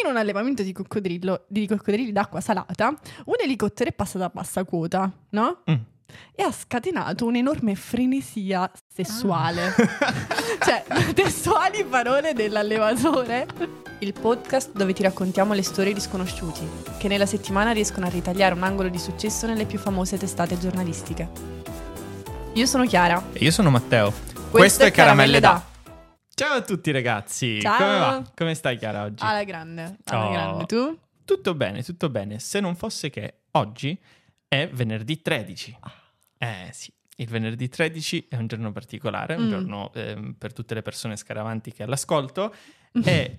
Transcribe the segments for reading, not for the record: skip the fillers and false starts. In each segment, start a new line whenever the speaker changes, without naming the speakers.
In un allevamento di coccodrilli d'acqua salata, un elicottero è passato a bassa quota, no? E ha scatenato un'enorme frenesia sessuale. Cioè, testuali parole dell'allevatore. Il podcast dove ti raccontiamo le storie di sconosciuti, che nella settimana riescono a ritagliare un angolo di successo nelle più famose testate giornalistiche. Io sono Chiara.
E io sono Matteo.
Questo è Caramelle Da.
Ciao a tutti ragazzi.
Ciao.
Come va? Come stai, Chiara, oggi?
Alla grande. Tu?
Tutto bene, tutto bene. Se non fosse che oggi è venerdì 13. Sì, il venerdì 13 è un giorno particolare, un giorno per tutte le persone scaramantiche all'ascolto. E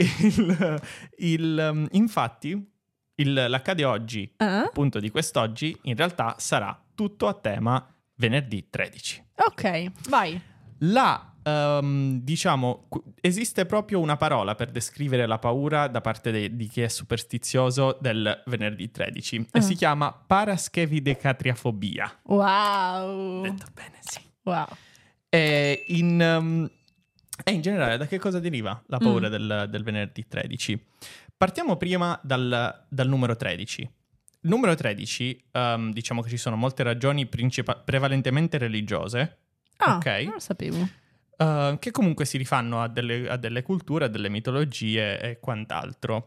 infatti, l'accade oggi, appunto di quest'oggi, in realtà sarà tutto a tema venerdì 13.
Ok, vai.
Diciamo, esiste proprio una parola per descrivere la paura da parte di chi è superstizioso del venerdì 13 e si chiama paraschevidecatriafobia.
Wow.
Detto bene, sì.
Wow.
E in generale da che cosa deriva la paura del venerdì 13? Partiamo prima dal numero 13. Il numero 13, diciamo che ci sono molte ragioni prevalentemente religiose. Ok?
Non lo sapevo.
Che comunque si rifanno a delle culture, a delle mitologie e quant'altro.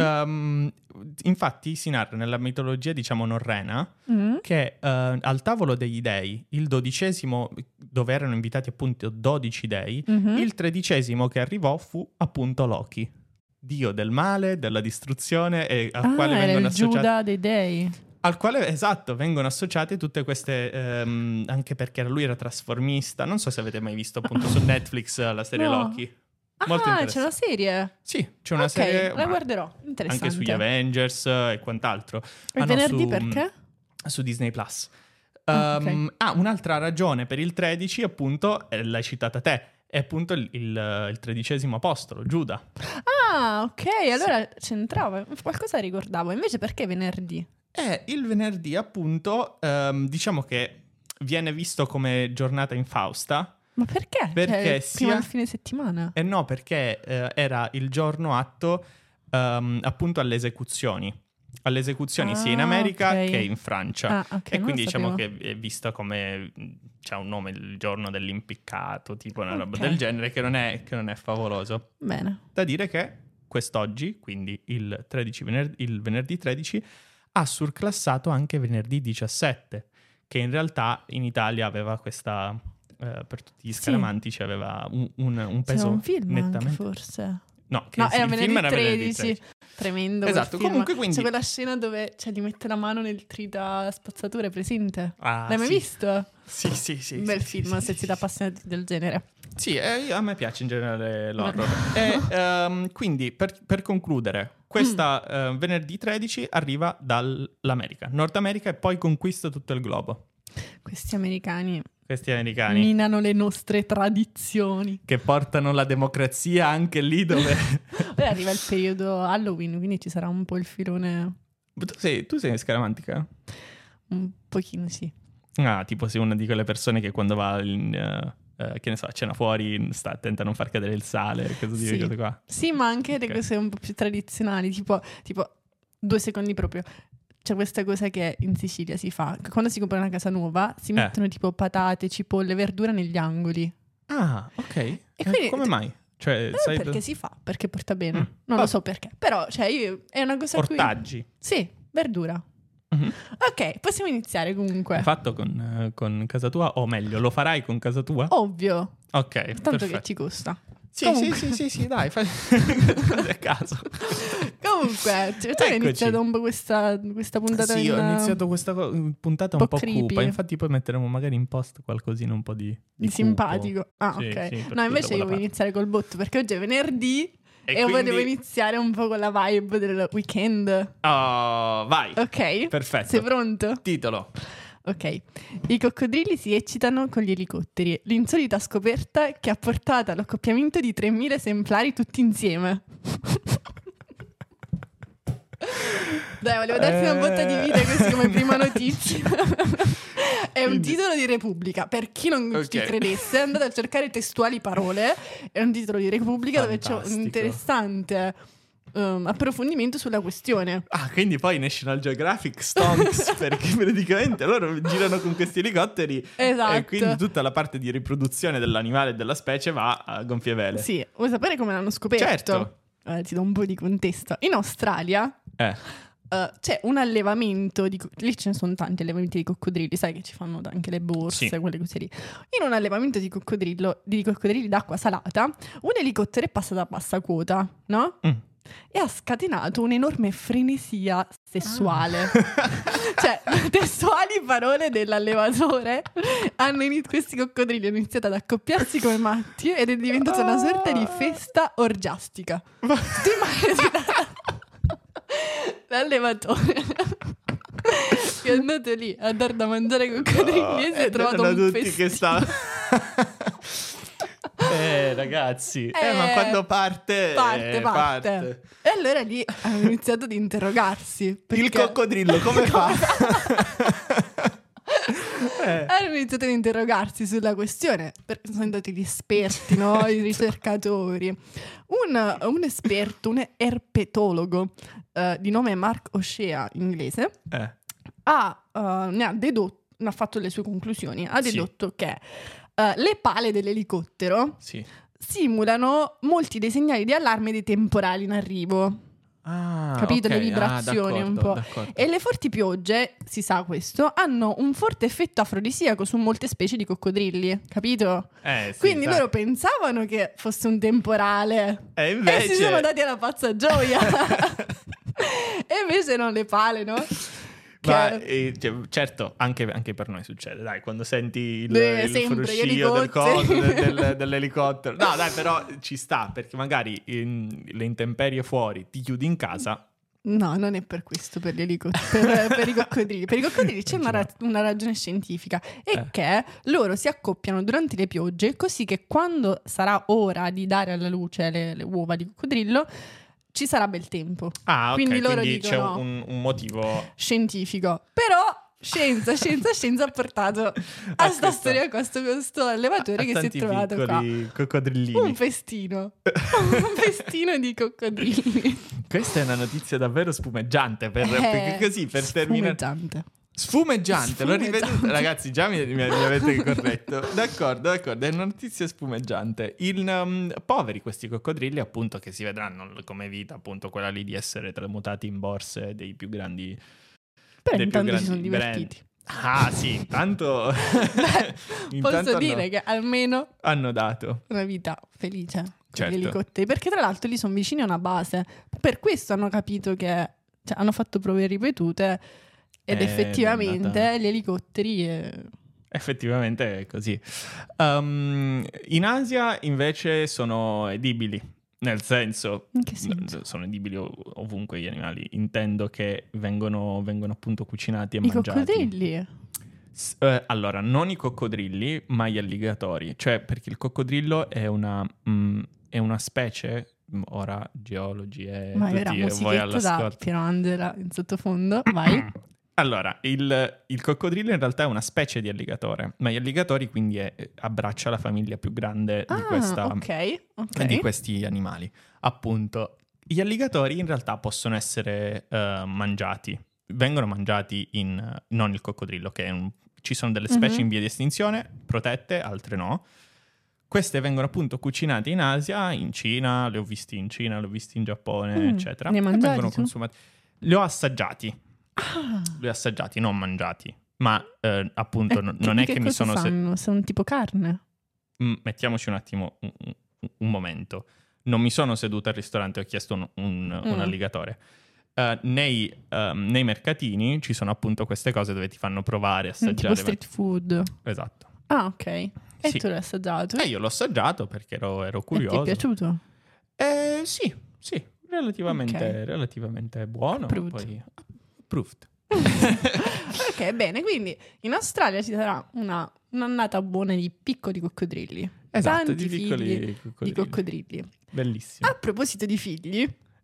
Infatti si narra nella mitologia, diciamo, norrena che al tavolo degli dei, il 12°, dove erano invitati appunto 12 dei, il 13° che arrivò fu appunto Loki, dio del male, della distruzione, e al quale
era
vengono
il
associati...
Giuda dei dei.
Al quale, esatto, vengono associate tutte queste, anche perché lui era trasformista. Non so se avete mai visto appunto su Netflix la serie Loki. Molto
C'è una serie?
Sì, c'è una serie.
La guarderò, interessante.
Anche sugli Avengers e quant'altro.
Il venerdì perché?
Su Disney Plus.
Okay.
Un'altra ragione per il 13, appunto, l'hai citata te, è appunto il 13° apostolo, Giuda.
Ah, ok, allora c'entrava, qualcosa ricordavo. Invece perché venerdì?
Il venerdì, appunto, diciamo che viene visto come giornata infausta.
Ma perché?
Perché
prima del fine settimana?
No, perché era il giorno atto appunto alle esecuzioni. Alle esecuzioni sia in America che in Francia. E quindi diciamo che è vista come, c'ha un nome, il giorno dell'impiccato, tipo una roba del genere, che non è favoloso.
Bene.
Da dire che quest'oggi, quindi il venerdì 13, ha surclassato anche venerdì 17, che in realtà in Italia aveva questa, per tutti gli scaramantici, aveva un peso.
C'era un film
nettamente.
anche, forse.
No,
era
il film era venerdì 13.
Tremendo.
Esatto, comunque quindi...
C'è quella scena dove gli mette la mano nel trita spazzatura, è presente? L'hai mai
sì.
visto?
Sì.
Un bel
sì,
film,
sì,
se siete appassionati del genere.
Sì, a me piace in generale l'horror. E quindi, per concludere, questa venerdì 13 arriva dall'America, Nord America, e poi conquista tutto il globo.
Questi americani minano le nostre tradizioni.
Che portano la democrazia anche lì dove...
Ora arriva il periodo Halloween, quindi ci sarà un po' il filone...
Tu sei scaramantica?
Un pochino, sì.
Tipo sei una di quelle persone che quando va che ne so, a cena fuori sta attenta a non far cadere il sale, cose qua.
Sì, ma anche le cose un po' più tradizionali, tipo 2 secondi proprio. C'è questa cosa che in Sicilia si fa, che quando si compra una casa nuova si mettono tipo patate, cipolle, verdura negli angoli.
Ah, ok.
E quindi,
come mai? Cioè,
perché si fa, perché porta bene. Non lo so perché, però è una cosa
ortaggi.
Sì, verdura. Ok, possiamo iniziare comunque.
L'hai fatto con casa tua, o meglio, lo farai con casa tua?
Ovvio.
Ok,
tanto
perfetto.
che ci costa.
Sì, dai, fai a caso.
Comunque, tu hai iniziato un po' questa puntata.
Sì, ho iniziato questa puntata un po'
creepy.
cupa. Infatti poi metteremo magari in post qualcosina un po' di
simpatico.
Sì,
ok.
sì,
No, invece io voglio iniziare col botto, perché oggi è venerdì e
quindi...
volevo iniziare un po' con la vibe del weekend.
Oh, vai.
Ok?
Perfetto.
Sei pronto?
Titolo.
Ok. I coccodrilli si eccitano con gli elicotteri. L'insolita scoperta che ha portato all'accoppiamento di 3.000 esemplari tutti insieme. Dai, volevo darti una botta di vita così come prima notizia. È un titolo di Repubblica. Per chi non ci credesse, andate a cercare testuali parole. È un titolo di Repubblica. Fantastico. Dove c'è un interessante approfondimento sulla questione.
Ah, quindi poi National Geographic stonks perché praticamente loro girano con questi elicotteri.
Esatto.
E quindi tutta la parte di riproduzione dell'animale e della specie va a gonfie vele.
Sì, vuoi sapere come l'hanno scoperto?
Certo.
Ti do un po' di contesto. In Australia c'è un allevamento lì ce ne sono tanti allevamenti di coccodrilli, sai che ci fanno anche le borse, sì, quelle cose lì. In un allevamento di coccodrilli d'acqua salata, un elicottero è passato a bassa quota, no? E ha scatenato un'enorme frenesia sessuale. Cioè, testuali parole dell'allevatore, questi coccodrilli hanno iniziato ad accoppiarsi come matti ed è diventata una sorta di festa orgiastica. Tu immagini l'allevatore che è andato lì a dar da mangiare coccodrilli e si è trovato un festino.
Ragazzi, ma quando parte.
E allora lì hanno iniziato ad interrogarsi.
Il coccodrillo come fa?
Hanno iniziato ad interrogarsi sulla questione, perché sono andati gli esperti, no? I ricercatori. Un esperto, un erpetologo di nome Mark O'Shea, inglese, ha fatto le sue conclusioni. Ha dedotto che le pale dell'elicottero simulano molti dei segnali di allarme dei temporali in arrivo. Capito? Okay. Le vibrazioni un po'. D'accordo. E le forti piogge, si sa questo, hanno un forte effetto afrodisiaco su molte specie di coccodrilli, capito?
Sì,
quindi loro pensavano che fosse un temporale
e invece
si sono dati alla pazza gioia. E invece no, le pale, no?
Ma certo, anche per noi succede, dai, quando senti il fruscio del coso, dell'elicottero. No, dai, però ci sta, perché magari le intemperie fuori, ti chiudi in casa.
No, non è per questo, per gli elicotteri, per i coccodrilli. Per i coccodrilli c'è una ragione scientifica, è che loro si accoppiano durante le piogge, così che quando sarà ora di dare alla luce le uova di coccodrillo ci sarà bel tempo.
Quindi
loro
dicono, c'è un motivo
scientifico. Però scienza ha portato a sta storia questo allevatore che si è trovato qua
coccodrillini.
un festino di coccodrilli.
Questa è una notizia davvero spumeggiante perché così per terminare. Sfumeggiante, l'ho ripetuto. Ragazzi, già mi avete corretto. D'accordo, è una notizia spumeggiante. Poveri questi coccodrilli, appunto, che si vedranno come vita, appunto, quella lì di essere tramutati in borse dei più grandi.
Però intanto si sono divertiti.
Sì, intanto
posso dire che almeno
hanno dato
una vita felice con
certo.
gli elicotteri, perché tra l'altro lì sono vicini a una base. Per questo hanno capito che hanno fatto prove ripetute. Ed effettivamente gli elicotteri
effettivamente è così. In Asia invece sono edibili, nel senso,
in che senso?
Sono edibili ovunque gli animali. Intendo che vengono appunto cucinati e mangiati.
I coccodrilli?
Allora, non i coccodrilli, ma gli alligatori. Cioè, perché il coccodrillo è una specie. Ora geologi e
voi all'ascolto. Piero Angela in sottofondo, vai.
Allora, il coccodrillo in realtà è una specie di alligatore, ma gli alligatori quindi abbraccia la famiglia più grande di questi animali. Appunto, gli alligatori in realtà possono essere mangiati, vengono mangiati non il coccodrillo, che ci sono delle specie in via di estinzione, protette, altre no. Queste vengono appunto cucinate in Asia, in Cina, le ho visti in Cina, le ho visti in Giappone, eccetera.
Ne mangiati,
vengono consumati. Li ho assaggiati. Li ho assaggiati, non mangiati. Ma appunto non è che mi sono...
Sono tipo carne?
Mettiamoci un attimo un momento. Non mi sono seduto al ristorante e ho chiesto un alligatore. Nei mercatini ci sono appunto queste cose dove ti fanno provare, assaggiare.
Tipo street food.
Esatto.
Ah, ok. E tu l'hai assaggiato?
Io l'ho assaggiato perché ero curioso.
E ti è piaciuto?
Sì, relativamente buono.
Approved.
Approved.
Ok, bene, quindi in Australia ci sarà un'annata buona di piccoli coccodrilli.
Esatto,
tanti
di piccoli
di coccodrilli.
Bellissimo.
A proposito di figli,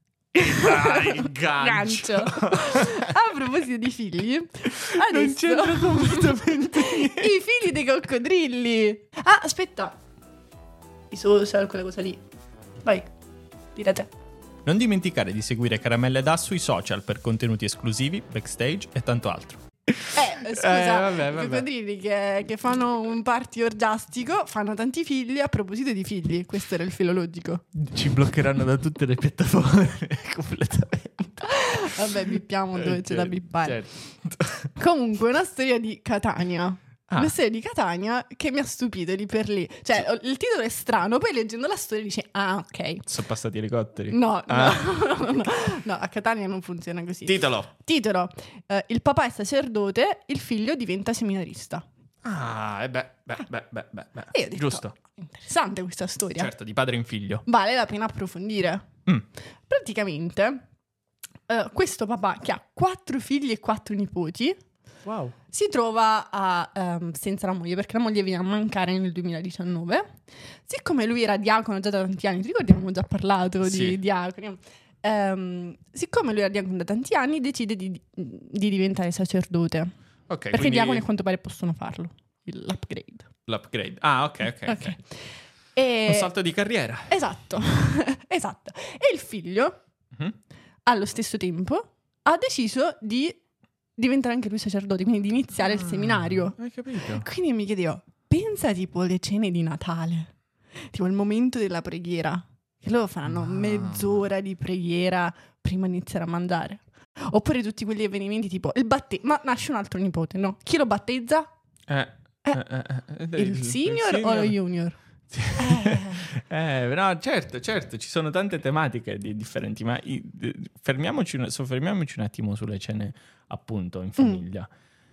il gancio.
A proposito di figli, adesso
non c'entra completamente niente.
I figli dei coccodrilli. Ah, aspetta. I social, quella cosa lì. Vai, dire te.
Non dimenticare di seguire Caramelle Da sui social per contenuti esclusivi, backstage e tanto altro.
Scusa, i coccodrilli che fanno un party orgiastico fanno tanti figli. A proposito di figli, questo era il filo logico.
Ci bloccheranno da tutte le piattaforme completamente.
Vabbè, bippiamo dove c'è da bippare.
Certo.
Comunque, una storia di Catania. Una storia di Catania che mi ha stupito lì per lì. Cioè, il titolo è strano, poi leggendo la storia dice, ok.
Sono passati elicotteri?
No, a Catania non funziona così.
Titolo.
Il papà è sacerdote, il figlio diventa seminarista.
Beh.
Io ho detto,
giusto.
Interessante questa storia.
Certo, di padre in figlio.
Vale la pena approfondire. Praticamente, questo papà che ha 4 figli e 4 nipoti,
wow,
si trova senza la moglie, perché la moglie viene a mancare nel 2019. Siccome lui era diacono già da tanti anni, ti ricordi, abbiamo già parlato di diaconi. Siccome lui era diacono da tanti anni, decide di diventare sacerdote.
Okay,
perché i diaconi a quanto pare possono farlo. L'upgrade.
Ok. Un salto di carriera.
Esatto. E il figlio, allo stesso tempo, ha deciso di diventare anche lui sacerdote, quindi di iniziare il seminario.
Hai capito?
Quindi mi chiedevo, pensa tipo le cene di Natale, tipo il momento della preghiera, che loro faranno mezz'ora di preghiera prima di iniziare a mangiare. Oppure tutti quegli avvenimenti tipo ma nasce un altro nipote, no? Chi lo battezza? Il senior o lo junior?
No, certo, ci sono tante tematiche differenti, ma soffermiamoci un attimo sulle cene appunto in famiglia.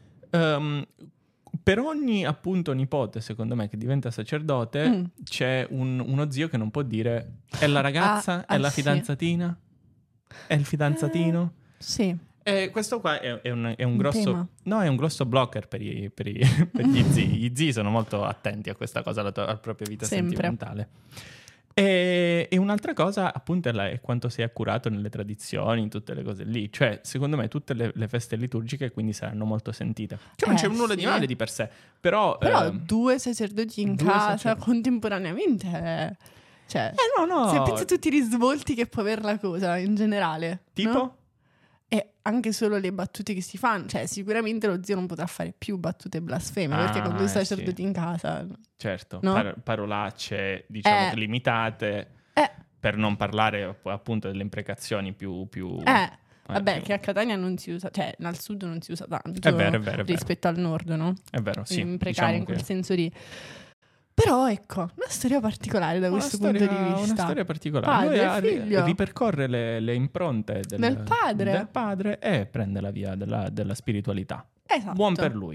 Per ogni appunto nipote, secondo me, che diventa sacerdote, c'è uno zio che non può dire è la ragazza, è la fidanzatina, è il fidanzatino.
Sì.
Questo qua è un grosso no, è un grosso blocker per gli zii. Gli zii sono molto attenti a questa cosa, alla propria vita sentimentale. E un'altra cosa appunto è quanto sei accurato nelle tradizioni, in tutte le cose lì. Cioè, secondo me tutte le feste liturgiche quindi saranno molto sentite. Che non c'è nulla di male di per sé, però
2 sacerdoti in casa contemporaneamente cioè,
no.
Se pensi a tutti i risvolti che può avere la cosa in generale,
tipo?
No? E anche solo le battute che si fanno, cioè sicuramente lo zio non potrà fare più battute blasfeme, perché con 2 sacerdoti in casa,
certo,
no?
Parolacce diciamo limitate, per non parlare appunto delle imprecazioni più
vabbè, che a Catania non si usa, cioè al sud non si usa tanto,
è vero,
rispetto al nord, no?
È vero, sì,
imprecare in quel senso lì. Però ecco, una storia particolare da questo punto di vista. Una
storia particolare.
Padre,
ripercorre le impronte
del
padre e prende la via della spiritualità.
Esatto.
Buon per lui.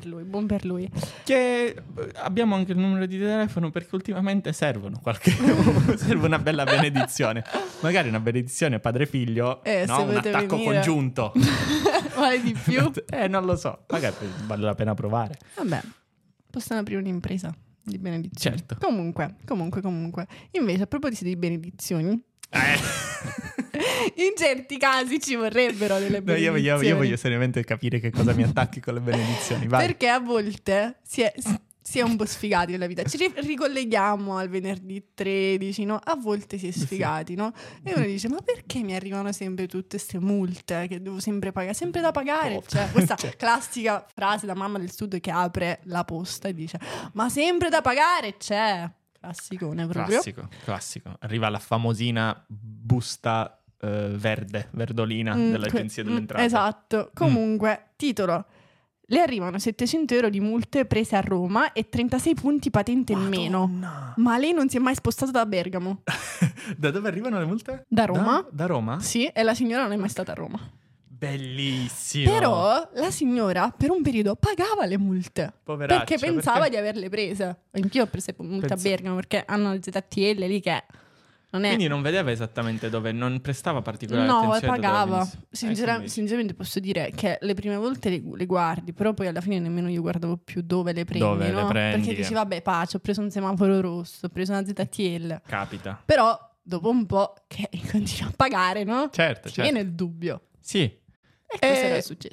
Che abbiamo anche il numero di telefono, perché ultimamente serve una bella benedizione. Magari una benedizione padre-figlio, no? Un attacco congiunto.
Vale di più?
Non lo so. Magari vale la pena provare.
Vabbè, possono aprire un'impresa di benedizioni.
Certo.
Comunque. Invece, a proposito di benedizioni, in certi casi ci vorrebbero delle benedizioni.
Io voglio seriamente capire che cosa mi attacchi con le benedizioni. Vai.
Perché a volte si è un po' sfigati nella vita. Ci ricolleghiamo al venerdì 13, no? A volte si è sfigati, no? E uno dice, ma perché mi arrivano sempre tutte queste multe che devo sempre pagare? Sempre da pagare. Cioè, questa classica frase da mamma del sud che apre la posta e dice, ma sempre da pagare c'è. Classicone proprio.
Classico. Arriva la famosina busta verdolina dell'Agenzia delle Entrate.
Esatto. Comunque, titolo: le arrivano 700 euro di multe prese a Roma e 36 punti patente in meno. Ma lei non si è mai spostata da Bergamo.
Da dove arrivano le multe?
Da Roma.
Da Roma?
Sì, e la signora non è mai stata a Roma.
Bellissimo.
Però la signora per un periodo pagava le multe.
Poveraccia,
perché pensava di averle prese. Anch'io ho preso multe a Bergamo, perché hanno le ZTL lì che non è...
Quindi non vedeva esattamente dove, non prestava particolare attenzione.
No, pagava. Sinceramente posso dire che le prime volte le guardi, però poi alla fine nemmeno io guardavo più dove le prendi,
dove
no?
le prendi,
perché dici vabbè, pace, ho preso un semaforo rosso, ho preso una ZTL.
Capita.
Però dopo un po' che continui a pagare, no?
Certo.
Viene il dubbio.
Sì.
E cosa era successo?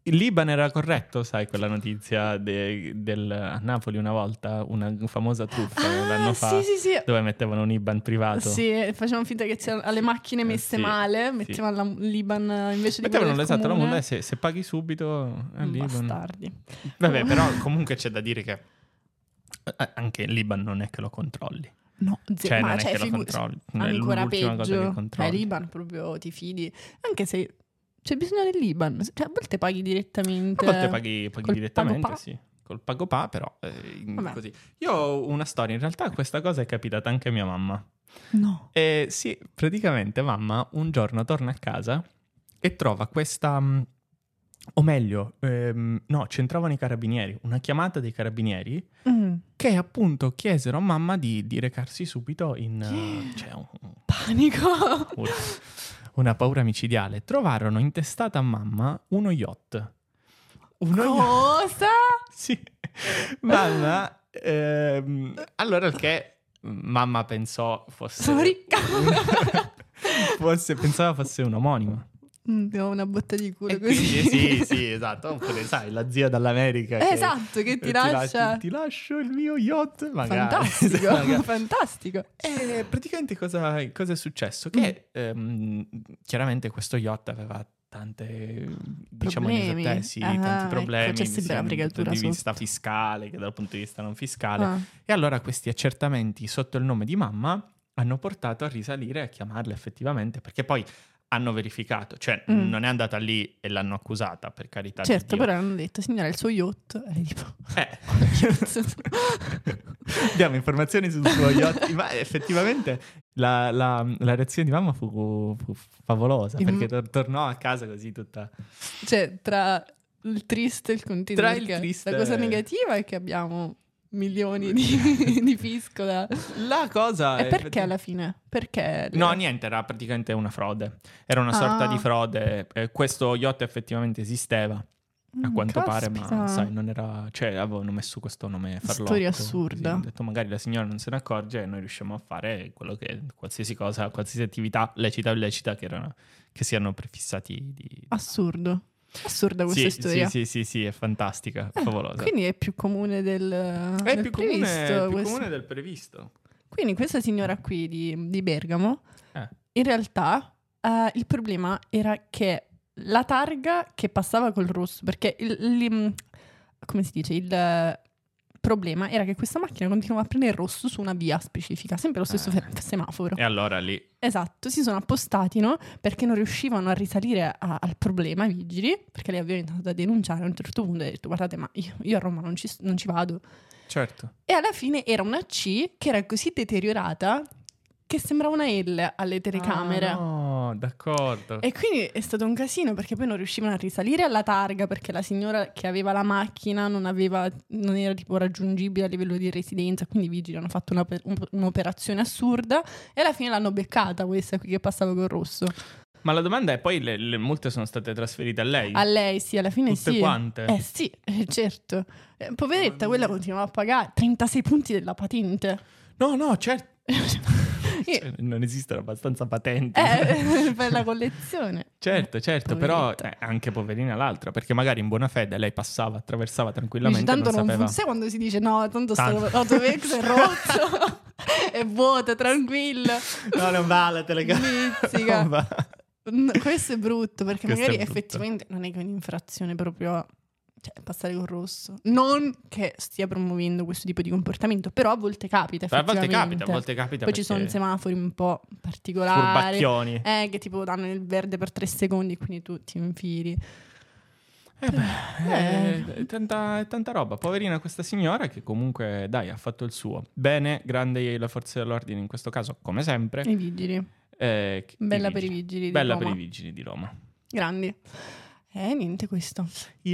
Il Libano era corretto, sai, quella notizia a Napoli una volta, una famosa truffa un anno fa,
sì.
dove mettevano un IBAN privato.
Sì, facevano finta che c'erano le macchine messe male, mettevano l'IBAN invece di quello del
esatto,
comune.
Se paghi subito è l'IBAN.
Bastardi.
Vabbè, però comunque c'è da dire che anche il l'IBAN non è che lo controlli.
No,
cioè non è che lo controlli.
Ancora
l'ultima
peggio.
cosa che controlli.
L'IBAN proprio ti fidi, anche se c'è bisogno dell'IBAN, cioè a volte paghi direttamente.
A volte paghi direttamente,
PagoPA.
sì. Col PagoPA, però così. Io ho una storia, in realtà questa cosa è capitata anche a mia mamma.
No.
Sì, praticamente mamma un giorno torna a casa e trova questa, o meglio, no, c'entravano i carabinieri, una chiamata dei carabinieri che appunto chiesero a mamma di recarsi subito in...
Panico!
Una paura micidiale. Trovarono intestata a mamma uno yacht.
Cosa?
Sì. Mamma... allora che mamma pensò fosse...
Sono ricca!
Pensava fosse un omonimo.
Abbiamo una botta di culo
E
così.
quindi, sì, esatto. Oppure, sai, la zia dall'America
che ti lascia.
Ti lascio il mio yacht, magari.
Fantastico,
magari.
Fantastico.
E praticamente cosa è successo? Che chiaramente questo yacht aveva tante, diciamo, inesattezze, tanti problemi,
ecco, c'è sempre la fregatura
dal punto di vista
sotto.
fiscale che dal punto di vista non fiscale. E allora questi accertamenti sotto il nome di mamma hanno portato a risalire e a chiamarla effettivamente, perché poi hanno verificato, cioè non è andata lì e l'hanno accusata, per carità di
Certo,
Dio.
però hanno detto, signora, il suo yacht. E tipo...
Diamo informazioni sul suo yacht. Ma effettivamente la reazione di mamma fu favolosa, perché tornò a casa così tutta...
Cioè, tra il triste e il contento.
Tra il triste...
La cosa negativa è che abbiamo milioni di fisco da...
La cosa...
E perché alla fine? Perché?
No, niente, era praticamente una frode. Era una sorta di frode. Questo yacht effettivamente esisteva, a quanto pare, ma sai, non era... Cioè, avevano messo questo nome farlocco.
Storia assurda.
Ho detto, magari la signora non se ne accorge e noi riusciamo a fare quello che... Qualsiasi cosa, qualsiasi attività, lecita o illecita, che siano prefissati di...
Assurda questa storia.
Sì, è fantastica, favolosa.
Quindi è più comune del previsto.
Comune del previsto.
Quindi questa signora qui di Bergamo, in realtà il problema era che la targa che passava col rosso, perché come si dice, il problema era che questa macchina continuava a prendere il rosso su una via specifica, sempre lo stesso semaforo.
E allora lì...
Esatto, si sono appostati, no? Perché non riuscivano a risalire al problema i vigili, perché lei aveva iniziato a denunciare. A un certo punto ha detto, guardate, ma io a Roma non ci vado.
Certo.
E alla fine era una C che era così deteriorata che sembrava una L alle telecamere.
No, d'accordo.
E quindi è stato un casino, perché poi non riuscivano a risalire alla targa, perché la signora che aveva la macchina non era tipo raggiungibile a livello di residenza, quindi i vigili hanno fatto un'operazione assurda e alla fine l'hanno beccata questa qui che passava col rosso.
Ma la domanda è, poi le multe sono state trasferite a lei?
A lei, sì, alla fine
Tutte
sì.
quante?
Sì, certo. Poveretta, quella continuava a pagare 36 punti della patente.
No, certo. Cioè, non esistono abbastanza patenti
per la collezione.
Certo, poveretta. Però anche poverina l'altra, perché magari in buona fede lei attraversava tranquillamente.
Dici, tanto
non sapeva.
Sai quando si dice no, tanto sto autovex è rotto è vuoto, tranquillo.
No, non va la telecamera.
Questo è brutto, perché
Questo
magari
è brutto.
effettivamente non è che un'infrazione proprio, cioè passare col rosso. Non che stia promuovendo questo tipo di comportamento, però a volte capita effettivamente.
A volte capita.
Poi ci sono semafori un po' particolari,
furbacchioni,
che tipo danno il verde per 3 secondi e quindi tu ti infili.
È tanta roba. Poverina questa signora, che comunque dai ha fatto il suo bene. Grande le forze dell'ordine in questo caso, come sempre.
I vigili. Bella per i vigili di
Bella
Roma.
per i vigili di Roma.
Grandi. Niente questo.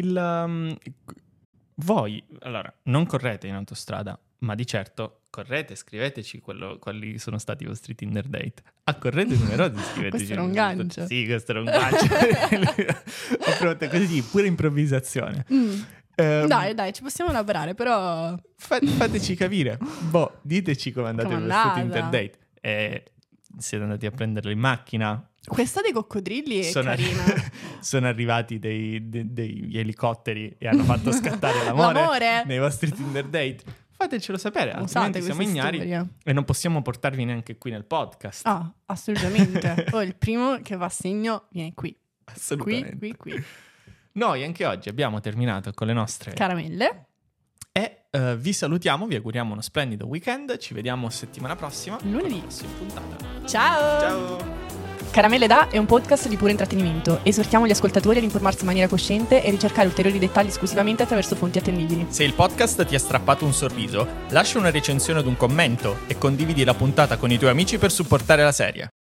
Voi, allora, non correte in autostrada, ma di certo correte, scriveteci quali sono stati i vostri Tinder date. Correte numerosi, scriveteci.
Questo era un gancio.
Sì, questo era un gancio. Ho provato così, pura improvvisazione.
Dai, ci possiamo lavorare, però...
Fateci capire. Diteci come andate il vostro Tinder date. Siete andati a prenderlo in macchina?
Questa dei coccodrilli è carina.
sono arrivati degli elicotteri e hanno fatto scattare l'amore nei vostri Tinder date. Fatecelo sapere, altrimenti siamo ignari e non possiamo portarvi neanche qui nel podcast.
Assolutamente. Il primo che va a segno viene qui.
Assolutamente.
Qui.
Noi anche oggi abbiamo terminato con le nostre
caramelle
e vi salutiamo, vi auguriamo uno splendido weekend. Ci vediamo settimana prossima.
Lunedì.
In puntata.
Ciao! Caramelle Da è un podcast di puro intrattenimento. Esortiamo gli ascoltatori ad informarsi in maniera cosciente e ricercare ulteriori dettagli esclusivamente attraverso fonti attendibili.
Se il podcast ti ha strappato un sorriso, lascia una recensione ed un commento e condividi la puntata con i tuoi amici per supportare la serie.